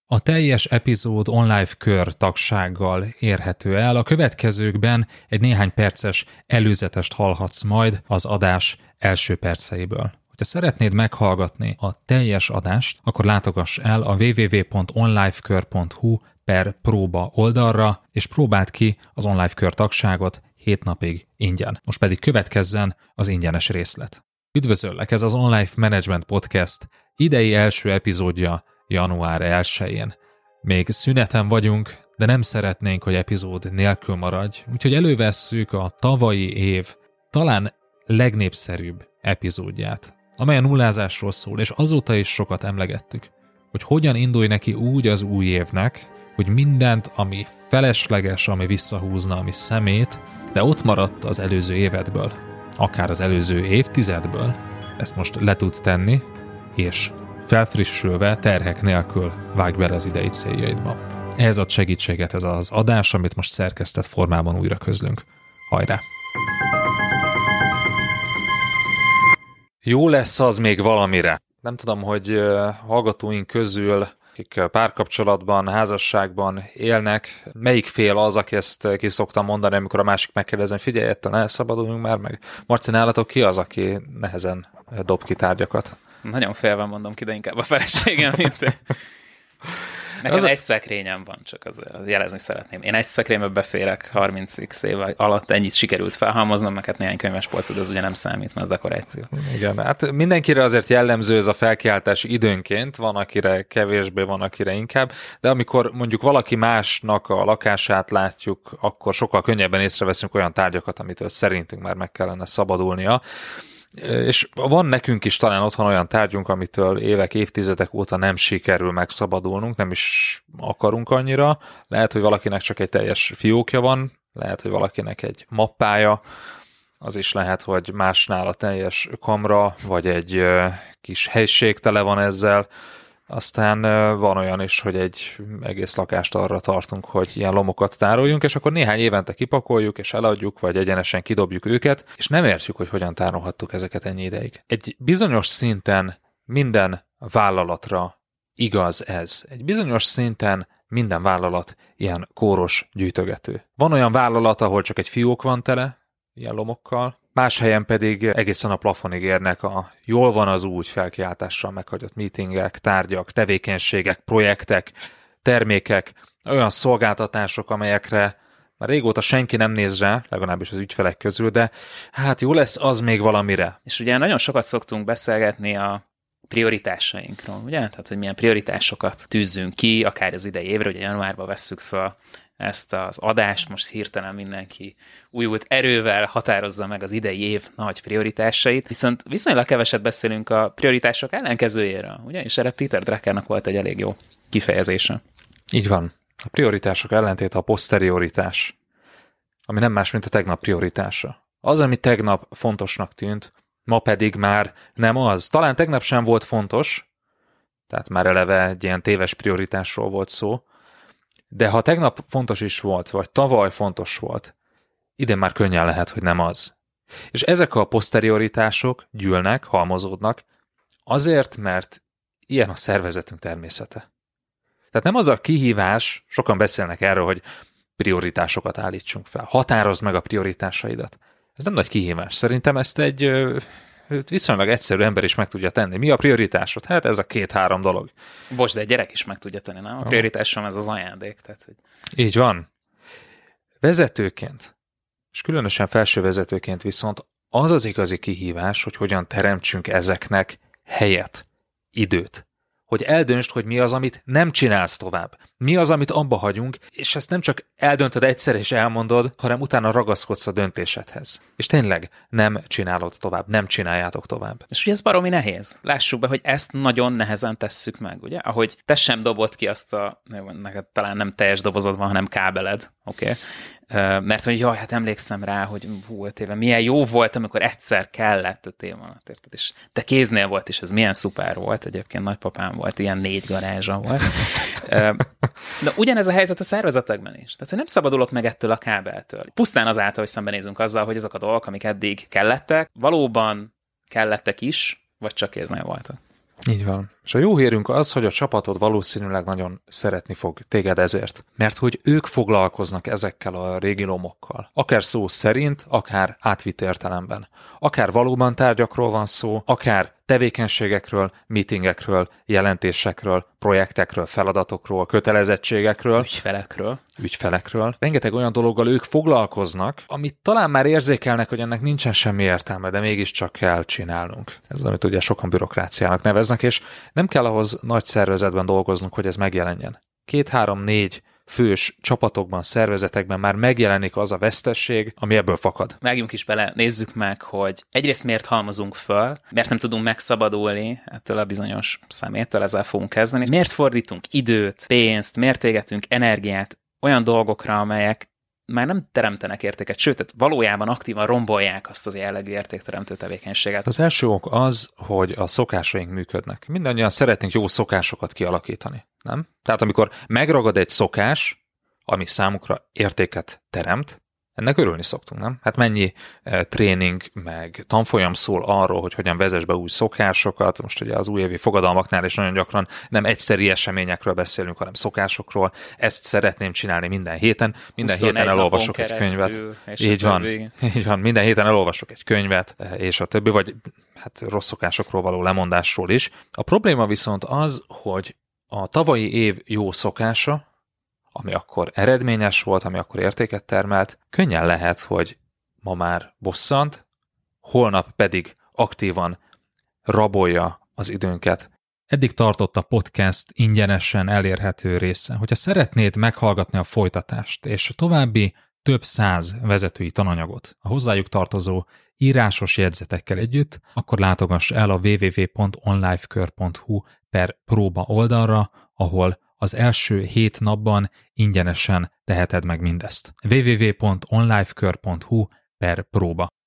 A teljes epizód online kör tagsággal érhető el. A következőkben egy néhány perces előzetest hallhatsz majd az adás első perceiből. Ha szeretnéd meghallgatni a teljes adást, akkor látogass el a www.onlifekör.hu/próba oldalra, és próbáld ki az online kör tagságot 7 napig ingyen. Most pedig következzen az ingyenes részlet. Üdvözöllek, ez az Online Management Podcast idei első epizódja január 1-én. Még szüneten vagyunk, de nem szeretnénk, hogy epizód nélkül maradj, úgyhogy elővesszük a tavalyi év talán legnépszerűbb epizódját, amely a nullázásról szól, és azóta is sokat emlegettük, hogy hogyan indulj neki úgy az új évnek, hogy mindent, ami felesleges, ami visszahúzna, ami szemét, de ott maradt az előző évedből, akár az előző évtizedből, ezt most le tud tenni, és felfrissülve, terhek nélkül vágj bele az idei céljaidba. Ehhez ad segítséget ez az adás, amit most szerkesztett formában újra közlünk. Hajrá! Jó lesz az még valamire. Nem tudom, hogy hallgatóink közül, akik párkapcsolatban, házasságban élnek, melyik fél az, aki ezt ki szoktam mondani, amikor a másik megkérdezem, figyelj, ettől elszabaduljunk már meg. Marci, nálatok ki az, aki nehezen dob ki tárgyakat? Nagyon félve mondom ki, de inkább a feleségem, mint nekem egy szekrényem van, csak azért jelezni szeretném. Én egy szekrénybe beférek 30x év alatt, ennyit sikerült felhalmoznom, meg hát néhány könyves polcod, az ugye nem számít, mert az dekoráció. Igen, hát mindenkire azért jellemző ez a felkiáltás időnként, van akire kevésbé, van akire inkább, de amikor mondjuk valaki másnak a lakását látjuk, akkor sokkal könnyebben észreveszünk olyan tárgyakat, amitől szerintünk már meg kellene szabadulnia. És van nekünk is talán otthon olyan tárgyunk, amitől évek, évtizedek óta nem sikerül megszabadulnunk, nem is akarunk annyira. Lehet, hogy valakinek csak egy teljes fiókja van, lehet, hogy valakinek egy mappája, az is lehet, hogy másnál a teljes kamra, vagy egy kis helység tele van ezzel. Aztán van olyan is, hogy egy egész lakást arra tartunk, hogy ilyen lomokat tároljunk, és akkor néhány évente kipakoljuk, és eladjuk, vagy egyenesen kidobjuk őket, és nem értjük, hogy hogyan tárolhattuk ezeket ennyi ideig. Egy bizonyos szinten minden vállalatra igaz ez. Egy bizonyos szinten minden vállalat ilyen kóros gyűjtögető. Van olyan vállalat, ahol csak egy fiók van tele, ilyen lomokkal, más helyen pedig egészen a plafonig érnek a jól van az úgy felkiáltással meghagyott meetingek, tárgyak, tevékenységek, projektek, termékek, olyan szolgáltatások, amelyekre már régóta senki nem néz rá, legalábbis az ügyfelek közül, de hát jó lesz az még valamire. És ugye nagyon sokat szoktunk beszélgetni a prioritásainkról, ugye? Tehát, hogy milyen prioritásokat tűzzünk ki, akár az idei évre, ugye januárban vesszük fel ezt az adást, most hirtelen mindenki újult erővel határozza meg az idei év nagy prioritásait, viszont viszonylag keveset beszélünk a prioritások ellenkezőjéről, ugye? És erre Peter Druckernak volt egy elég jó kifejezése. Így van. A prioritások ellentéte a poszterioritás, ami nem más, mint a tegnap prioritása. Az, ami tegnap fontosnak tűnt, ma pedig már nem az. Talán tegnap sem volt fontos, tehát már eleve egy ilyen téves prioritásról volt szó, de ha tegnap fontos is volt, vagy tavaly fontos volt, idén már könnyen lehet, hogy nem az. És ezek a poszterioritások gyűlnek, halmozódnak, azért, mert ilyen a szervezetünk természete. Tehát nem az a kihívás, sokan beszélnek erről, hogy prioritásokat állítsunk fel. Határozd meg a prioritásaidat. Ez nem nagy kihívás. Szerintem ezt egy viszonylag egyszerű ember is meg tudja tenni. Mi a prioritásod? Hát ez a 2-3 dolog. Bocs, de egy gyerek is meg tudja tenni, nem? A prioritásom ez az ajándék. Tehát, hogy... Így van. Vezetőként, és különösen felső vezetőként viszont az az igazi kihívás, hogy hogyan teremtsünk ezeknek helyet, időt. Hogy eldöntsd, hogy mi az, amit nem csinálsz tovább. Mi az, amit abba hagyunk, és ezt nem csak eldöntöd egyszer és elmondod, hanem utána ragaszkodsz a döntésedhez. És tényleg nem csinálod tovább, nem csináljátok tovább. És ugye ez baromi nehéz. Lássuk be, hogy ezt nagyon nehezen tesszük meg, ugye? Ahogy te sem dobod ki azt neked talán nem teljes dobozod van, hanem kábeled, oké? Mert hogy jaj, hát emlékszem rá, hogy 5 éve milyen jó volt, amikor egyszer kellett 5 év alatt, érted? És te kéznél volt, és ez milyen szuper volt, egyébként nagypapám volt, ilyen 4 garázsa volt. De ugyanez a helyzet a szervezetekben is. Tehát, hogy nem szabadulok meg ettől a kábeltől. Pusztán azáltal, hogy szembenézünk azzal, hogy azok a dolgok, amik eddig kellettek, valóban kellettek is, vagy csak kéznél voltak. Így van. És a jó hírünk az, hogy a csapatod valószínűleg nagyon szeretni fog téged ezért. Mert hogy ők foglalkoznak ezekkel a régi lomokkal. Akár szó szerint, akár átvitt értelemben. Akár valóban tárgyakról van szó, akár tevékenységekről, meetingekről, jelentésekről, projektekről, feladatokról, kötelezettségekről, ügyfelekről. Rengeteg olyan dologgal ők foglalkoznak, amit talán már érzékelnek, hogy ennek nincsen semmi értelme, de mégiscsak kell csinálnunk. Ez az, amit ugye sokan bürokráciának neveznek, és nem kell ahhoz nagy szervezetben dolgoznunk, hogy ez megjelenjen. 2-3-4 fős csapatokban, szervezetekben már megjelenik az a vesztesség, ami ebből fakad. Vágjunk is bele, nézzük meg, hogy egyrészt miért halmozunk föl, miért nem tudunk megszabadulni ettől a bizonyos szemétől, ezzel fogunk kezdeni. Miért fordítunk időt, pénzt, miért égetünk energiát olyan dolgokra, amelyek már nem teremtenek értéket, sőt, valójában aktívan rombolják azt az jellegű értékteremtő tevékenységet. Az első ok az, hogy a szokásaink működnek. Mindannyian szeretnénk jó szokásokat kialakítani, nem? Tehát amikor megragad egy szokás, ami számukra értéket teremt, ennek örülni szoktunk, nem? Hát mennyi tréning meg tanfolyam szól arról, hogy hogyan vezess be új szokásokat. Most ugye az újévi fogadalmaknál is nagyon gyakran nem egyszeri eseményekről beszélünk, hanem szokásokról. Ezt szeretném csinálni minden héten. Minden héten elolvasok egy könyvet. Így van, minden héten elolvasok egy könyvet, és a többi, vagy hát rossz szokásokról való lemondásról is. A probléma viszont az, hogy a tavalyi év jó szokása, ami akkor eredményes volt, ami akkor értéket termelt, könnyen lehet, hogy ma már bosszant, holnap pedig aktívan rabolja az időnket. Eddig tartott a podcast ingyenesen elérhető része. Hogyha szeretnéd meghallgatni a folytatást és további több 100 vezetői tananyagot a hozzájuk tartozó írásos jegyzetekkel együtt, akkor látogass el a www.onlifekör.hu/próba oldalra, ahol az első 7 napban ingyenesen teheted meg mindezt. www.onlifekör.hu/próba